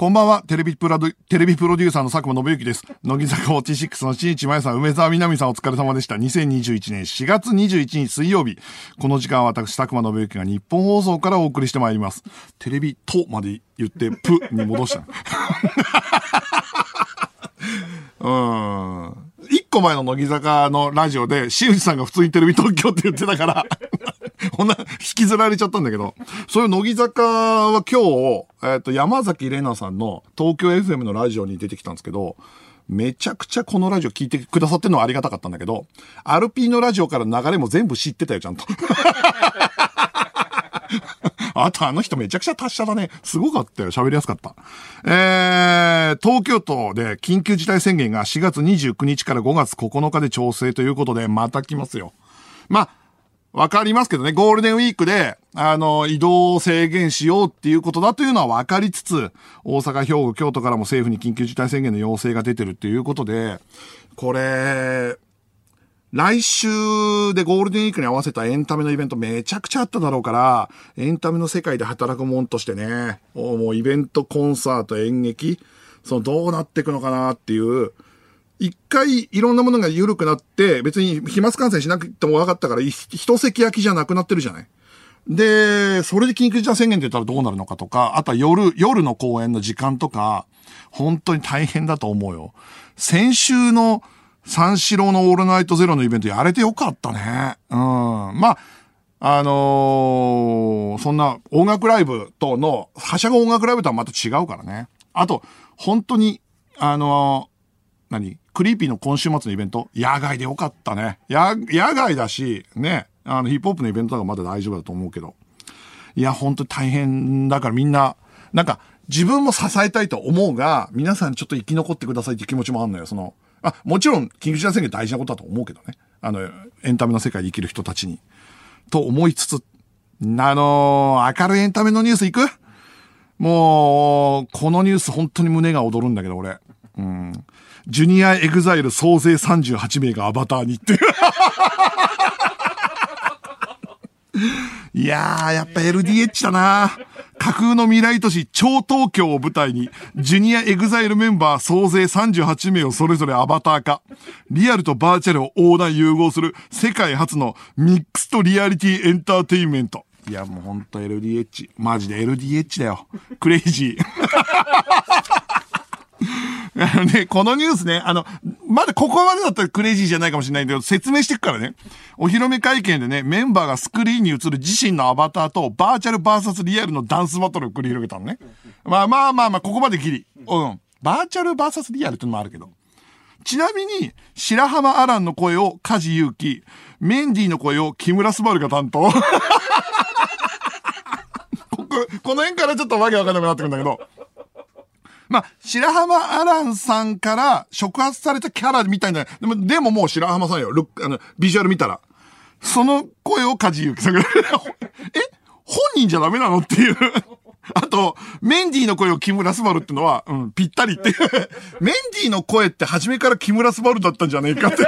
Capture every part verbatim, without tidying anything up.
こんばんは、テレビプロデュ、テレビプロデューサーの佐久間信之です。乃木坂フォーティーシックスの新内真由さん、梅沢みなみさんお疲れ様でした。にせんにじゅういちねんしがつにじゅういちにち水曜日。この時間は私、佐久間信之が日本放送からお送りしてまいります。テレビとまで言って、プに戻した。うーん。一個前の乃木坂のラジオで、新内さんが普通にテレビ東京って言ってたから、こんな、引きずられちゃったんだけど、そういう乃木坂は今日、えっと、山崎怜奈さんの東京 エフエム のラジオに出てきたんですけど、めちゃくちゃこのラジオ聞いてくださってるのはありがたかったんだけど、アールピー のラジオから流れも全部知ってたよ、ちゃんと。あとあの人めちゃくちゃ達者だね。すごかったよ。喋りやすかった。えー、東京都で緊急事態宣言がしがつにじゅうくにちからごがつここのかで調整ということで、また来ますよ。まあ、わかりますけどね、ゴールデンウィークで、あの、移動を制限しようっていうことだというのはわかりつつ、大阪、兵庫、京都からも政府に緊急事態宣言の要請が出てるっていうことで、これ、来週でゴールデンウィークに合わせたエンタメのイベントめちゃくちゃあっただろうから、エンタメの世界で働くもんとしてね、もうイベント、コンサート、演劇、そのどうなっていくのかなっていう、一回いろんなものが緩くなって、別に飛沫感染しなくても分かったから、一席空きじゃなくなってるじゃない。で、それで緊急事態宣言って言ったらどうなるのかとか、あとは夜、夜の公演の時間とか、本当に大変だと思うよ。先週の三四郎のオールナイトゼロのイベントやれてよかったね。うん。まあ、あのー、そんな音楽ライブとの、はしゃぐ音楽ライブとはまた違うからね。あと、本当に、あのー、何クリーピーの今週末のイベント、野外でよかったね。や、野外だし、ね、あの、ヒップホップのイベントとかまだ大丈夫だと思うけど。いや、ほんと大変だからみんな、なんか、自分も支えたいと思うが、皆さんちょっと生き残ってくださいっていう気持ちもあるのよ、その、あ、もちろん、緊急事態宣言大事なことだと思うけどね。あの、エンタメの世界で生きる人たちに。と思いつつ、あのー、明るいエンタメのニュースいく？もう、このニュース本当に胸が躍るんだけど、俺。うん。ジュニアエグザイル総勢さんじゅうはちめいがアバターにっていう。いやー、やっぱ エルディーエイチ だな。架空の未来都市超東京を舞台に、ジュニアエグザイルメンバー総勢さんじゅうはちめいをそれぞれアバター化。リアルとバーチャルを横断融合する世界初のミックスとリアリティエンターテインメント。いや、もうほんと エルディーエイチ。マジで エルディーエイチ だよ。クレイジー。あのね、このニュースね、あの、まだここまでだったらクレイジーじゃないかもしれないんだけど、説明していくからね。お披露目会見でね、メンバーがスクリーンに映る自身のアバターとバーチャルバーサスリアルのダンスバトルを繰り広げたのね。まあまあまあまあ、ここまでギリ。うん。バーチャルバーサスリアルってのもあるけど。ちなみに、白浜アランの声を梶裕貴、メンディーの声を木村昴が担当。ここ、この辺からちょっとわけわかんなくなってくるんだけど。まあ、白浜アランさんから触発されたキャラみたいな、でも、でももう白浜さんよ、ルック、あの、ビジュアル見たら。その声を梶裕貴さんが、え本人じゃダメなのっていう。あと、メンディーの声を木村昴ってのは、うん、ぴったりっていう。メンディーの声って初めから木村昴だったんじゃねえかって。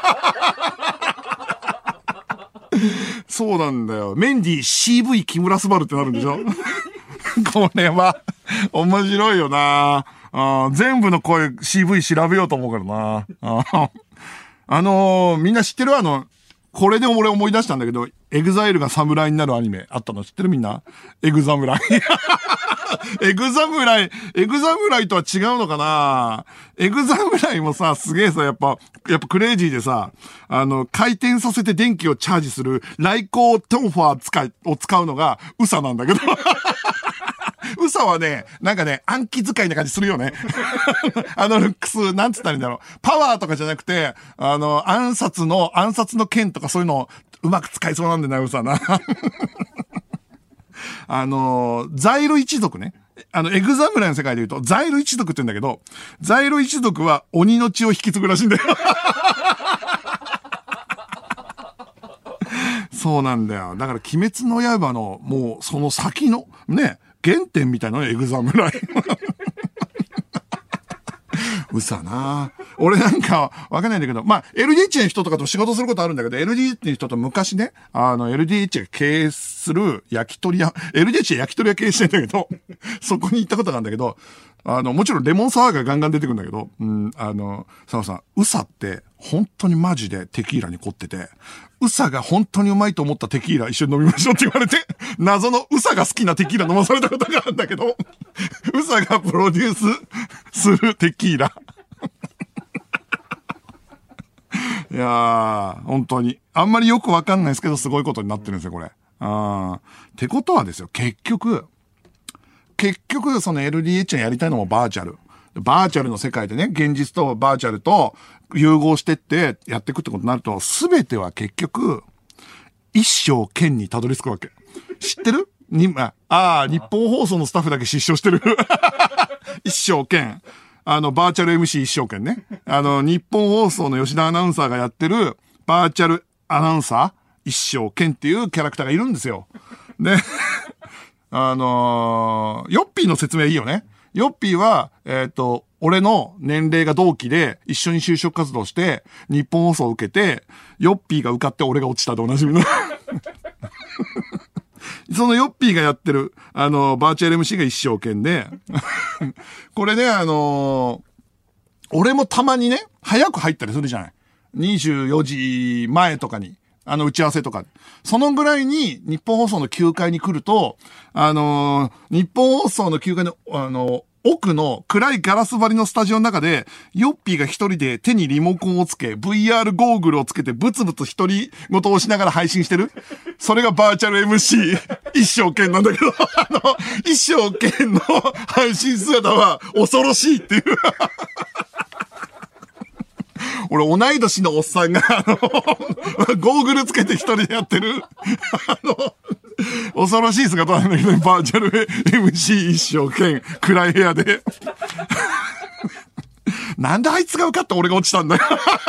そうなんだよ。メンディー シーブイ 木村昴ってなるんでしょこれは、面白いよなあ。全部の声 シーブイ 調べようと思うからな。あ, あのー、みんな知ってるあの、これで俺思い出したんだけど、エグザイルが侍になるアニメあったの知ってるみんな？エグザムライ。エグザムライ、エグザムライとは違うのかな？エグザムライもさ、すげえさ、やっぱ、やっぱクレイジーでさ、あの、回転させて電気をチャージする、ライコートンファー使い、を使うのが、ウサなんだけど。ウサはね、なんかね、暗記使いな感じするよね。あのルックス、なんつったらいいんだろう。パワーとかじゃなくて、あの、暗殺の、暗殺の剣とかそういうのをうまく使いそうなんだよな、ウサな。あの、ザイル一族ね。あの、エグザムライの世界で言うと、ザイル一族って言うんだけど、ザイル一族は鬼の血を引き継ぐらしいんだよ。そうなんだよ。だから、鬼滅の刃の、もう、その先の、ね、原点みたいなのエグザムライ。うさな俺なんかわかんないんだけど、まあ、エルディーエイチ の人とかと仕事することあるんだけど、エルディーエイチ の人と昔ね、あの、エルディーエイチ が経営する焼き鳥屋、エルディーエイチ は焼き鳥屋経営してんだけど、そこに行ったことがあるんだけど、あの、もちろんレモンサワーがガンガン出てくるんだけど、うん、あの、佐野さん、ウサって本当にマジでテキーラに凝ってて、ウサが本当にうまいと思ったテキーラ一緒に飲みましょうって言われて、謎のウサが好きなテキーラ飲まされたことがあるんだけど、ウサがプロデュースするテキーラ。いやー、本当に。あんまりよくわかんないですけど、すごいことになってるんですよ、これ。あー。ってことはですよ、結局、結局、その エルディーエイチ がやりたいのもバーチャル。バーチャルの世界でね、現実とバーチャルと融合してってやっていくってことになると、すべては結局、一生剣にたどり着くわけ。知ってるに、ああ、日本放送のスタッフだけ失笑してる。一生剣。あの、バーチャル エムシー 一生懸ね。あの、日本放送の吉田アナウンサーがやってる、バーチャルアナウンサー一生懸っていうキャラクターがいるんですよ。で、あのー、ヨッピーの説明いいよね。ヨッピーは、えっと、俺の年齢が同期で一緒に就職活動して、日本放送を受けて、ヨッピーが受かって俺が落ちたでおなじみの。そのヨッピーがやってる、あの、バーチャル エムシー が一生懸で、これね、あのー、俺もたまにね、早く入ったりするじゃない。にじゅうよじまえとかに、あの、打ち合わせとか。そのぐらいに、日本放送のきゅうかいに来ると、あのー、日本放送のきゅうかいの、あのー、奥の暗いガラス張りのスタジオの中で、ヨッピーが一人で手にリモコンをつけ、ブイアール ゴーグルをつけてブツブツ一人ごとをしながら配信してる。それがバーチャル エムシー 一生懸なんだけど、あの、一生懸の配信姿は恐ろしいっていう。俺、同い年のおっさんが、あの、ゴーグルつけて一人でやってる、あの、恐ろしい姿なんだけど、バーチャル エムシー 一生懸暗い部屋で。なんであいつが受かって俺が落ちたんだよ。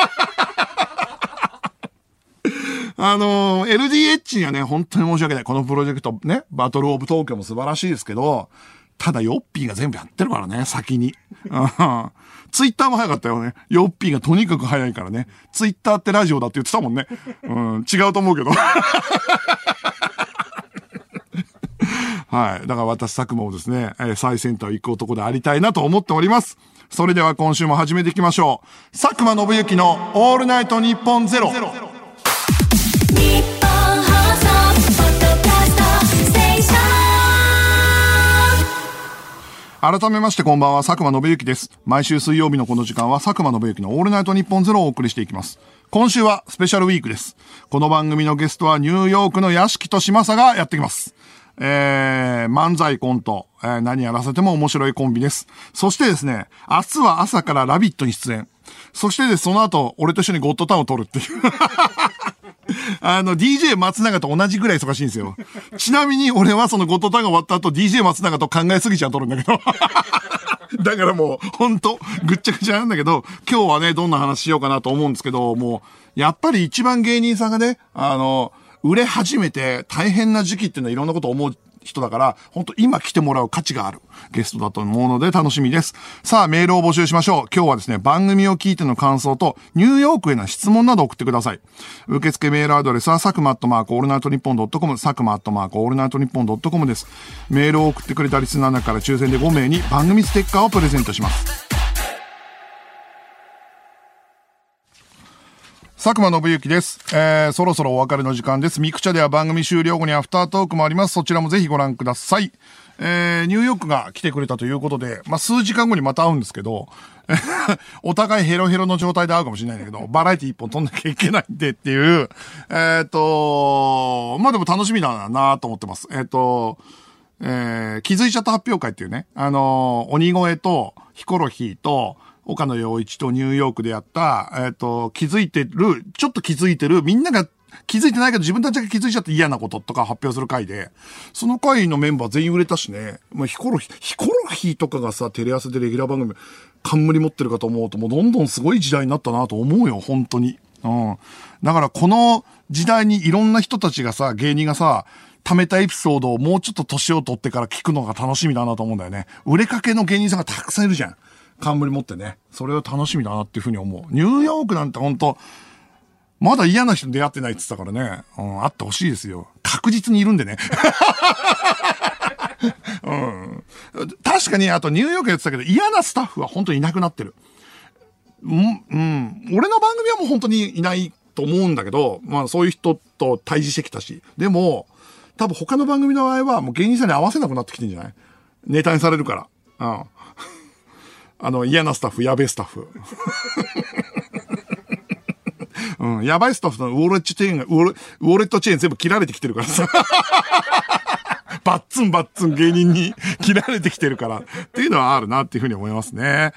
あの、エルディーエイチ にはね、本当に申し訳ない。このプロジェクトね、バトルオブ東京も素晴らしいですけど、ただヨッピーが全部やってるからね、先に。ツイッターも早かったよね。ヨッピーがとにかく早いからね。ツイッターってラジオだって言ってたもんね。うん、違うと思うけど。はい。だから私、佐久間をですね、えー、最先端を行く男でありたいなと思っております。それでは今週も始めていきましょう。佐久間信之のオールナイトニッポンゼロ。日本放送ポッドキャストステーション。改めましてこんばんは、佐久間信之です。毎週水曜日のこの時間は佐久間信之のオールナイトニッポンゼロをお送りしていきます。今週はスペシャルウィークです。この番組のゲストはニューヨークの屋敷と嶋佐がやってきます。えー、漫才コント、えー、何やらせても面白いコンビです。そしてですね、明日は朝からラビットに出演。そしてです、その後、俺と一緒にゴッドタウンを撮るっていう。あの、ディージェー 松永と同じぐらい忙しいんですよ。ちなみに俺はそのゴッドタウンが終わった後、ディージェー 松永と考えすぎちゃう撮るんだけど。だからもう、ほんと、ぐっちゃぐちゃなんだけど、今日はね、どんな話しようかなと思うんですけど、もう、やっぱり一番芸人さんがね、あの、売れ始めて大変な時期っていうのはいろんなことを思う人だから、本当今来てもらう価値があるゲストだと思うので楽しみです。さあ、メールを募集しましょう。今日はですね、番組を聞いての感想と、ニューヨークへの質問など送ってください。受付メールアドレスは、佐久間アットマークオールナイトニッポンドットコム、佐久間アットマークオールナイトニッポンドットコムです。メールを送ってくれたリスナーの中から抽選でごめいに番組ステッカーをプレゼントします。佐久間信之です。えー、そろそろお別れの時間です。ミクチャでは番組終了後にアフタートークもあります。そちらもぜひご覧ください。えー、ニューヨークが来てくれたということで、まあ、数時間後にまた会うんですけど、お互いヘロヘロの状態で会うかもしれないんだけど、バラエティ一本撮んなきゃいけないんでっていう、えっと、まあ、でも楽しみだなと思ってます。えっと、えー、気づいちゃった発表会っていうね、あのー、鬼越とヒコロヒーと、岡野陽一とニューヨークでやった、えっと、気づいてる、ちょっと気づいてる、みんなが気づいてないけど自分たちが気づいちゃって嫌なこととか発表する回で、その回のメンバー全員売れたしね、まあ、ヒコロヒー、ヒコロヒーとかがさ、テレ朝でレギュラー番組、冠持ってるかと思うと、もうどんどんすごい時代になったなと思うよ、本当に。うん。だからこの時代にいろんな人たちがさ、芸人がさ、貯めたエピソードをもうちょっと年を取ってから聞くのが楽しみだなと思うんだよね。売れかけの芸人さんがたくさんいるじゃん。 冠持ってね。それは楽しみだなっていうふうに思う。ニューヨークなんてほんと、まだ嫌な人に出会ってないって言ってたからね。うん、会ってほしいですよ。確実にいるんでね。うん。確かに、あとニューヨークやってたけど、嫌なスタッフは本当にいなくなってる。うん、うん。俺の番組はもう本当にいないと思うんだけど、まあそういう人と対峙してきたし。でも、多分他の番組の場合はもう芸人さんに合わせなくなってきてんじゃない？ネタにされるから。うん。あの、嫌なスタッフ、やべえスタッフ。うん。やばいスタッフのウォレットチェーンが、ウォレ、ウォレットチェーン全部切られてきてるからさ。バッツンバッツン芸人に切られてきてるから。っていうのはあるなっていうふうに思いますね。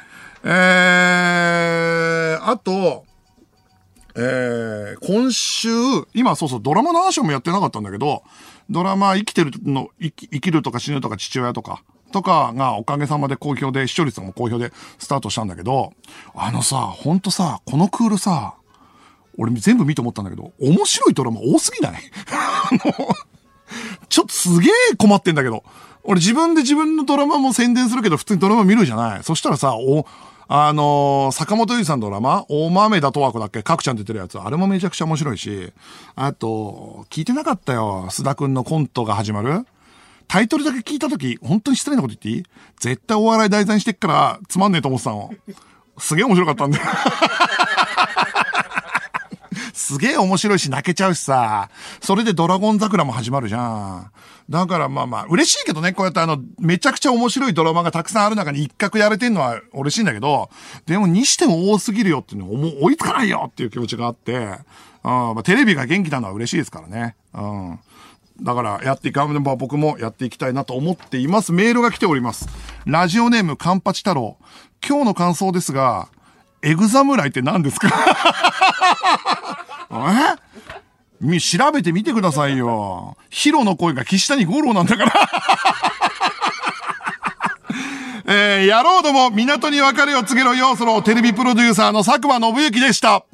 えー、あと、えー、今週、今そうそうドラマの話もやってなかったんだけど、ドラマ生きてるの、生き、生きるとか死ぬとか父親とか、とかがおかげさまで好評で、視聴率も好評でスタートしたんだけど、あのさ、ほんとさ、このクールさ、俺全部見て思ったんだけど、面白いドラマ多すぎない？あの、ちょっとすげえ困ってんだけど、俺自分で自分のドラマも宣伝するけど、普通にドラマ見るじゃない。そしたらさ、お、あのー、坂本龍二さんのドラマ、大豆田とわ子だっけ、角ちゃん出てるやつ、あれもめちゃくちゃ面白いし、あと、聞いてなかったよ、須田くんのコントが始まる。タイトルだけ聞いたとき、本当に失礼なこと言っていい？絶対お笑い題材にしてっから、つまんねえと思ってたの。すげえ面白かったんだよ。すげえ面白いし泣けちゃうしさ。それでドラゴン桜も始まるじゃん。だからまあまあ、嬉しいけどね、こうやってあの、めちゃくちゃ面白いドラマがたくさんある中に一角やれてんのは嬉しいんだけど、でもにしても多すぎるよっていうのを追いつかないよっていう気持ちがあって、うん、まあ、テレビが元気なのは嬉しいですからね。うん。だからやっていかんば僕もやっていきたいなと思っています。メールが来ております。ラジオネームカンパチ太郎。今日の感想ですが、エグ侍って何ですか？え？み、調べてみてくださいよ。ヒロの声が岸谷五郎なんだから。えー、野郎ども、港に別れを告げろよ、そのテレビプロデューサーの佐久間信之でした。